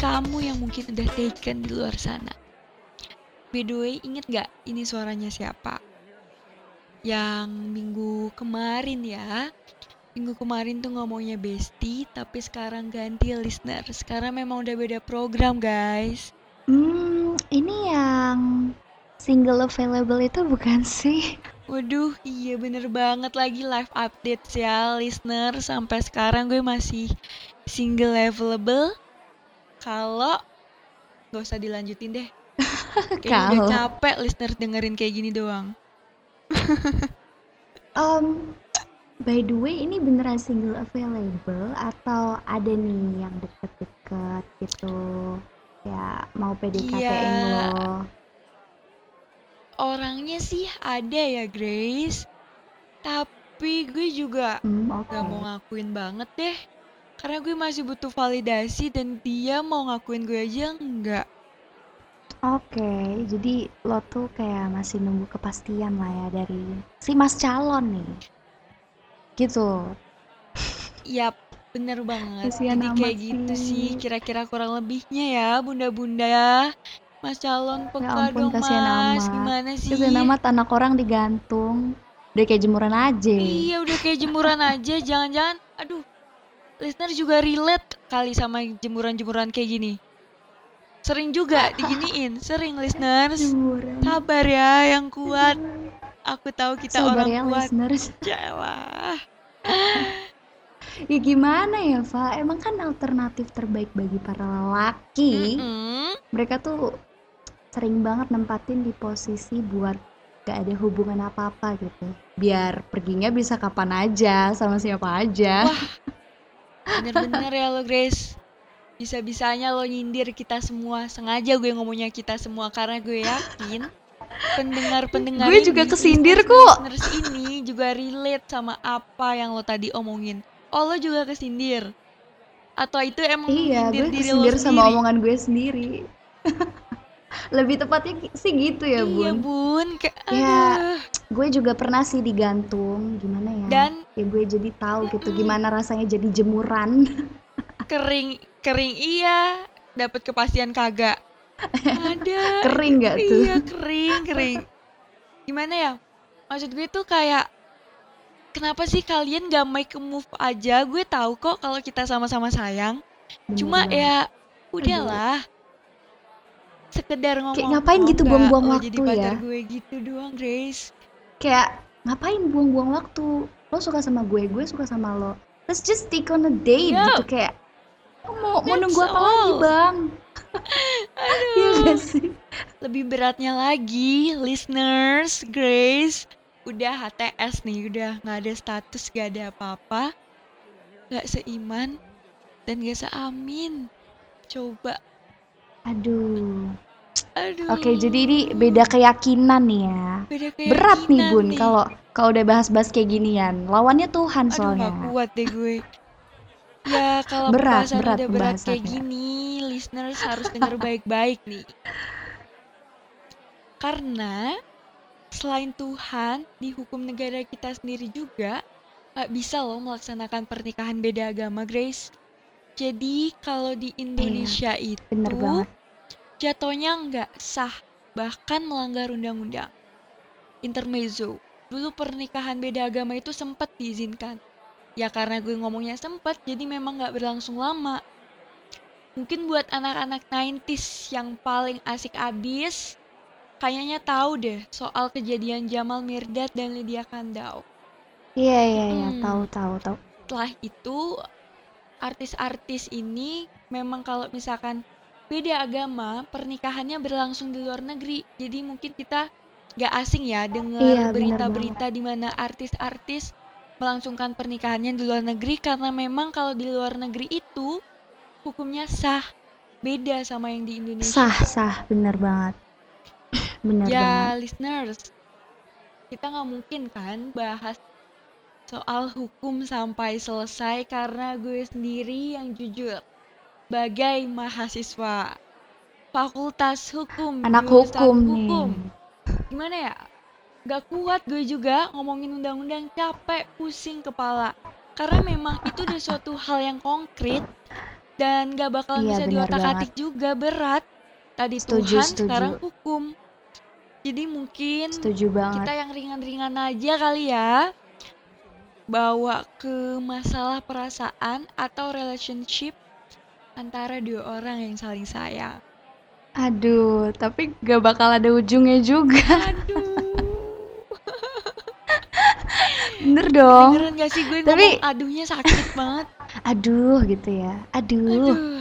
kamu yang mungkin udah taken di luar sana. By the way, inget gak ini suaranya siapa? Yang minggu kemarin ya. Minggu kemarin tuh ngomongnya bestie, tapi sekarang ganti listener. Sekarang memang udah beda program, guys. Ini yang single available itu bukan sih? Waduh, iya bener banget lagi live update ya, listener. Sampai sekarang gue masih single available. Kalau gak usah dilanjutin deh. Kayaknya udah Kalau capek listener dengerin kayak gini doang. by the way, ini beneran single available atau ada nih yang deket-deket gitu? Ya, mau PDKT-in Iya, lo. orangnya sih ada ya Grace. Tapi gue juga Oke. gak mau ngakuin banget deh. Karena gue masih butuh validasi dan dia mau ngakuin gue aja enggak. Oke, jadi lo tuh kayak masih nunggu kepastian lah ya dari si mas calon nih. Gitu. Yap, bener banget. Kasihan Jadi amat kayak gitu sih sih. kira-kira kurang lebihnya ya bunda-bunda ya. Mas calon Ya peka ampun, dong kasihan mas, amat. gimana Kasihan sih? amat anak orang digantung. Udah kayak jemuran aja. Iya udah kayak jemuran aja, jangan-jangan aduh listener juga relate kali sama jemuran-jemuran kayak gini. Sering juga diginiin, sering listeners. Jemuran. Sabar ya yang kuat. Aku tahu kita Sabar orang ya kuat. listeners. Jawa. Ya gimana ya, Fa? Emang kan alternatif terbaik bagi para lelaki. Mereka tuh sering banget nempatin di posisi buat gak ada hubungan apa-apa gitu. Biar perginya bisa kapan aja, sama siapa aja. Wah, bener-bener ya lo Grace. Bisa-bisanya lo nyindir kita semua. Sengaja gue ngomongnya kita semua karena gue yakin pendengar-pendengar Gue ini, juga kesindir kok. listeners ini juga relate sama apa yang lo tadi omongin. Oh, lo juga kesindir? Atau itu emang Iya, nyindir gue diri lo kesindir sama sendiri? omongan gue sendiri. Lebih tepatnya sih gitu ya, Iya Bun. bun, Ya, aduh. gue juga pernah sih digantung. Gimana ya? Dan Ya gue jadi tahu gitu gimana rasanya jadi jemuran. kering iya, dapat kepastian kagak. Ada aja, Kering gak tuh? iya kering. Gimana ya? Maksud gue tuh kayak kenapa sih kalian gak make a move aja? Gue tahu kok kalau kita sama-sama sayang. Bener Cuma banget. ya Aduh, udahlah. Sekedar kayak ngomong, ngapain mau gitu nggak buang-buang lo jadi waktu ya? pacar gue gitu doang, Grace. Kayak ngapain buang-buang waktu? Lo suka sama gue suka sama lo. Let's just take on a date gitu. Yup, Kayak mau that's nunggu apa lagi, all. Bang? Iya Aduh. gak sih? Lebih beratnya lagi, listeners, Grace. Udah HTS nih, udah gak ada status, gak ada apa-apa. Gak seiman dan gak seamin. Coba. Aduh. Aduh. Oke, jadi ini beda keyakinan nih ya. Beda Berat nih, keyakinan Bun, nih. kalau udah bahas-bahas kayak ginian. Lawannya Tuhan Aduh gak soalnya. kuat deh gue. Ya kalau Berat pembahasan udah berat kayak pembahasannya. gini, listeners harus denger baik-baik nih. Karena selain Tuhan, di hukum negara kita sendiri juga gak bisa loh melaksanakan pernikahan beda agama, Grace. Jadi kalau di Indonesia Bener itu banget. jatuhnya nggak sah, bahkan melanggar undang-undang. Intermezzo, dulu pernikahan beda agama itu sempat diizinkan. Ya karena gue ngomongnya sempat, jadi memang nggak berlangsung lama. Mungkin buat anak-anak 90s yang paling asik abis, kayaknya tahu deh soal kejadian Jamal Mirdad dan Lydia Kandau. Iya, tahu. Setelah itu, artis-artis ini memang kalau misalkan beda agama, pernikahannya berlangsung di luar negeri. Jadi mungkin kita gak asing ya dengar Iya, bener banget. berita-berita di mana artis-artis melangsungkan pernikahannya di luar negeri karena memang kalau di luar negeri itu hukumnya sah, beda sama yang di Indonesia. Sah, bener banget. Bener Ya, banget. listeners, kita nggak mungkin kan bahas soal hukum sampai selesai karena gue sendiri yang jujur sebagai mahasiswa Fakultas Hukum, Anak jurusan hukum nih. hukum. Gimana ya? Gak kuat gue juga ngomongin undang-undang, capek, pusing kepala. Karena memang itu udah suatu hal yang konkret dan gak bakalan Iya, bisa benar diotak-atik banget. juga, berat. Tadi Setuju, Tuhan, sekarang setuju. hukum. Jadi mungkin Setuju banget. kita yang ringan-ringan aja kali ya, bawa ke masalah perasaan atau relationship antara dua orang yang saling sayang. Aduh, tapi gak bakal ada ujungnya juga. Aduh. Bener dong. Kedengeran gak sih gue Tapi, ngomong aduhnya sakit banget. aduh gitu ya. Aduh. Aduh.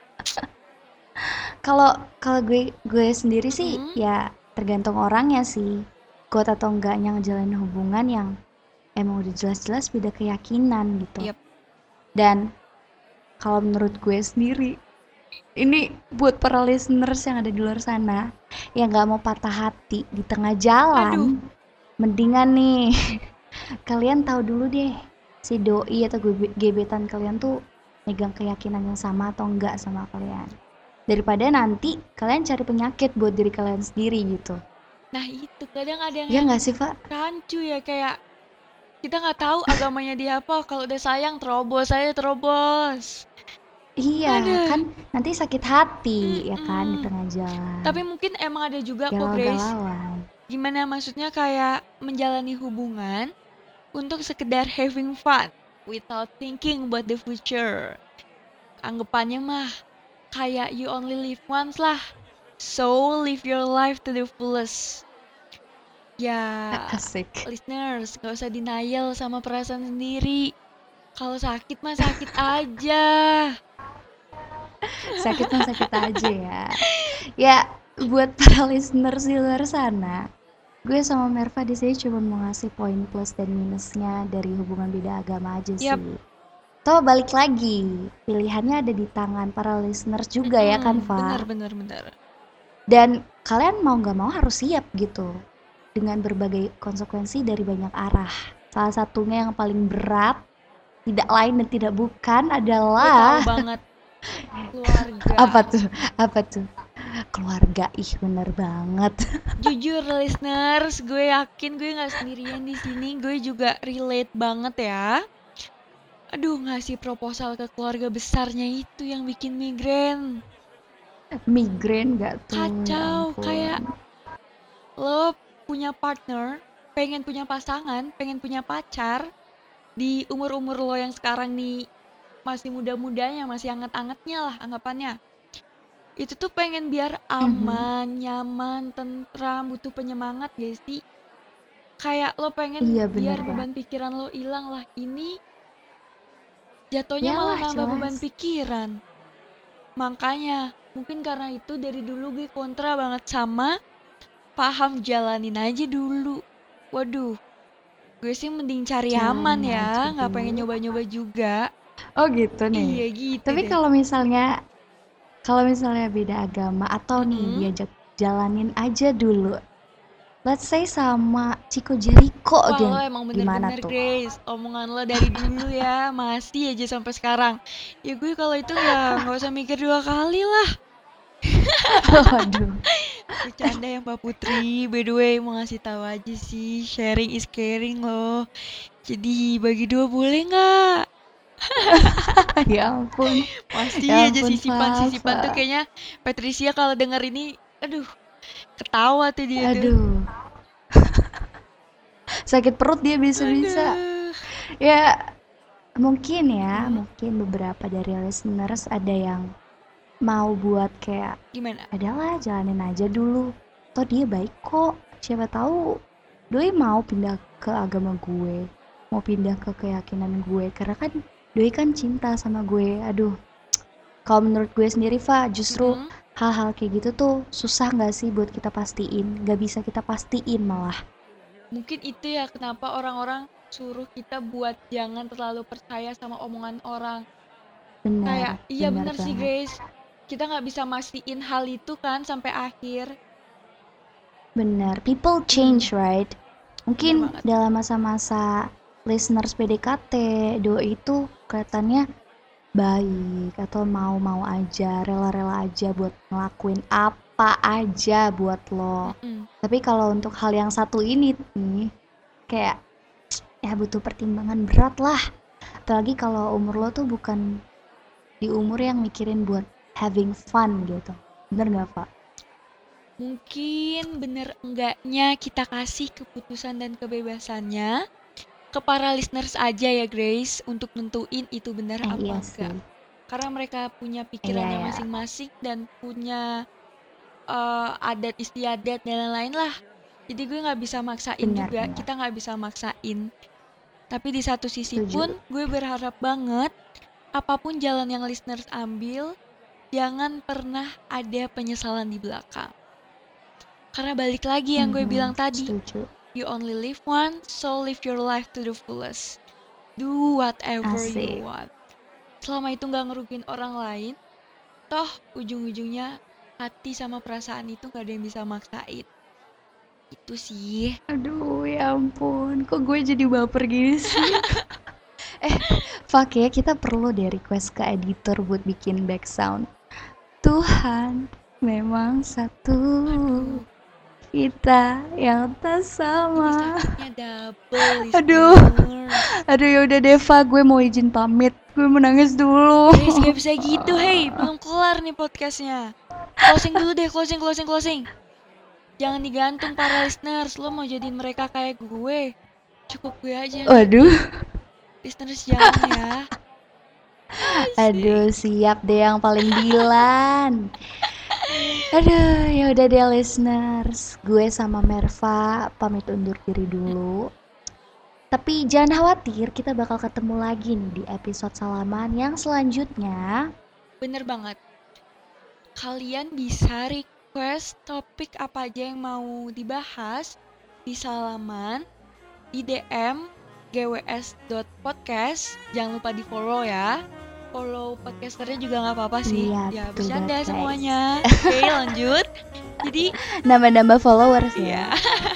Kalau kalau gue sendiri sih Mm-mm. ya tergantung orangnya sih. Kuat atau enggaknya ngejalanin hubungan yang emang udah jelas-jelas beda keyakinan gitu. Yep. Dan kalau menurut gue sendiri, ini buat para listeners yang ada di luar sana yang gak mau patah hati di tengah jalan, Aduh. mendingan nih kalian tahu dulu deh si doi atau gebetan kalian tuh megang keyakinan yang sama atau enggak sama kalian. Daripada nanti kalian cari penyakit buat diri kalian sendiri gitu. Nah itu kadang ada Ya yang nggak sih, Pak? rancu ya, kayak kita nggak tahu agamanya dia apa, kalau udah sayang terobos aja terobos. Iya, Aduh. kan nanti sakit hati ya kan di Mm-mm. tengah jalan. Tapi mungkin emang ada juga kok Grace, Galau-galauan. gimana maksudnya kayak menjalani hubungan untuk sekedar having fun without thinking about the future. Anggapannya mah kayak you only live once lah, so live your life to the fullest. Ya, Asik. listeners, gak usah denial sama perasaan sendiri. Kalau sakit mah sakit aja. Sakit mah sakit aja ya. Ya, buat para listeners di luar sana, gue sama Merva di sini cuma mau ngasih poin plus dan minusnya dari hubungan beda agama aja Yap. sih. Toh balik lagi, pilihannya ada di tangan para listeners juga ya kan, Fa? Bener. Dan kalian mau nggak mau harus siap gitu dengan berbagai konsekuensi dari banyak arah. Salah satunya yang paling berat, tidak lain dan tidak bukan Gue adalah tahu banget, keluarga. Apa tuh? Keluarga. Ih, bener banget. Jujur listeners, gue yakin gue nggak sendirian di sini. Gue juga relate banget ya. Aduh, ngasih proposal ke keluarga besarnya itu yang bikin migrain. Migrain gak tuh? Ya Kacau, ampun. kayak lo punya partner, pengen punya pasangan, pengen punya pacar di umur-umur lo yang sekarang nih masih muda-mudanya, masih anget-angetnya lah anggapannya. Itu tuh pengen biar aman, nyaman, tentram, butuh penyemangat gak sih? Kayak lo pengen Iya biar bener beban banget. pikiran lo hilang lah. Ini jatuhnya malah Yalah nambah beban jelas. pikiran. Makanya mungkin karena itu dari dulu gue kontra banget sama paham jalanin aja dulu. Waduh, gue sih mending cari aman Jalanin aja ya, nggak pengen dulu. nyoba-nyoba juga. Oh gitu nih. Iya gitu Tapi deh. kalau misalnya beda agama atau nih diajak jalanin aja dulu. Let's say sama Chico Jericho, Wah, lo geng. emang Gimana bener-bener tuh? Grace, omongan lo dari dulu ya, masih aja sampai sekarang. Ya gue kalau itu ya nggak usah mikir dua kali lah. Waduh. Bercanda ya Mbak Putri, by the way mau ngasih tahu aja sih, sharing is caring loh. Jadi bagi dua boleh nggak? Ya ampun. Masih Ya aja ampun, sisipan-sisipan tuh Fafa. kayaknya Patricia kalau denger ini, aduh, ketawa tuh dia tuh. Aduh. Sakit perut dia bisa-bisa. Aduh. Ya, mungkin beberapa dari listeners ada yang mau buat kayak, Gimana? adalah jalanin aja dulu. Toh dia baik kok. Siapa tahu doi mau pindah ke agama gue, mau pindah ke keyakinan gue. Karena kan doi kan cinta sama gue. Aduh, kalau menurut gue sendiri, Fa, justru hal-hal kayak gitu tuh susah nggak sih buat kita pastiin? Nggak bisa kita pastiin malah. Mungkin itu ya kenapa orang-orang suruh kita buat jangan terlalu percaya sama omongan orang. Kayak, Benar, iya benar bener sih banget. Grace, kita nggak bisa mastiin hal itu kan sampai akhir. Benar, people change, right? Mungkin banget. dalam masa-masa listeners PDKT, doi itu kelihatannya baik atau mau-mau aja, rela-rela aja buat ngelakuin apa aja buat lo. Tapi kalau untuk hal yang satu ini nih, kayak ya butuh pertimbangan berat lah. Apalagi kalau umur lo tuh bukan di umur yang mikirin buat having fun gitu. Bener gak, Pak? Mungkin bener enggaknya kita kasih keputusan dan kebebasannya ke para listeners aja ya Grace, untuk nentuin itu benar apa Iya enggak. sih. Karena mereka punya pikirannya Iya. masing-masing dan punya adat istiadat dan lain-lain lah. Jadi gue nggak bisa maksain juga, Benar. kita nggak bisa maksain. Tapi di satu sisi Setuju. pun gue berharap banget apapun jalan yang listeners ambil, jangan pernah ada penyesalan di belakang. Karena balik lagi yang gue bilang tadi, Setuju. you only live once, so live your life to the fullest. Do whatever Asik. you want. Selama itu gak ngerugiin orang lain, toh ujung-ujungnya hati sama perasaan itu gak ada yang bisa maksain. Itu sih. Aduh ya ampun, kok gue jadi baper gini sih. Fuck ya, kita perlu deh request ke editor buat bikin back sound. Tuhan memang satu, kita yang tak sama. Ini sakitnya double. Aduh ya udah Deva, gue mau izin pamit. Gue mau nangis dulu. Guys, gak bisa gitu, hey, belum kelar nih podcastnya. Closing dulu deh, closing. Jangan digantung para listeners, lo mau jadiin mereka kayak gue. Cukup gue aja. Waduh. Listeners jangan ya. Aduh, siap deh yang paling Dilan. Aduh, ya udah deh listeners, gue sama Merva pamit undur diri dulu. Tapi jangan khawatir, kita bakal ketemu lagi nih di episode salaman yang selanjutnya. Bener banget. Kalian bisa request topik apa aja yang mau dibahas di salaman, di DM gws.podcast. Jangan lupa di follow ya. Follow podcasternya juga gak apa-apa sih. Iya, Ya betul bercanda banget, semuanya. Oke, lanjut. Jadi nambah-nambah followers ya.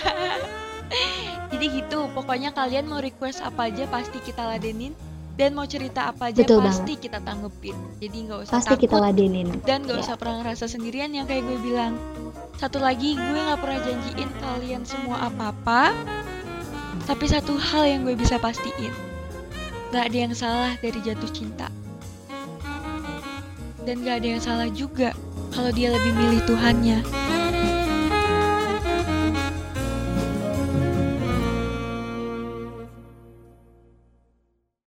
Jadi gitu, pokoknya kalian mau request apa aja pasti kita ladenin. Dan mau cerita apa aja Betul pasti banget. kita tanggepin. Jadi gak usah Pasti takut kita ladenin. dan gak Ya. usah pernah ngerasa sendirian yang kayak gue bilang. Satu lagi, gue gak pernah janjiin kalian semua apa-apa. Tapi satu hal yang gue bisa pastiin, gak ada yang salah dari jatuh cinta. Dan gak ada yang salah juga kalau dia lebih milih Tuhannya.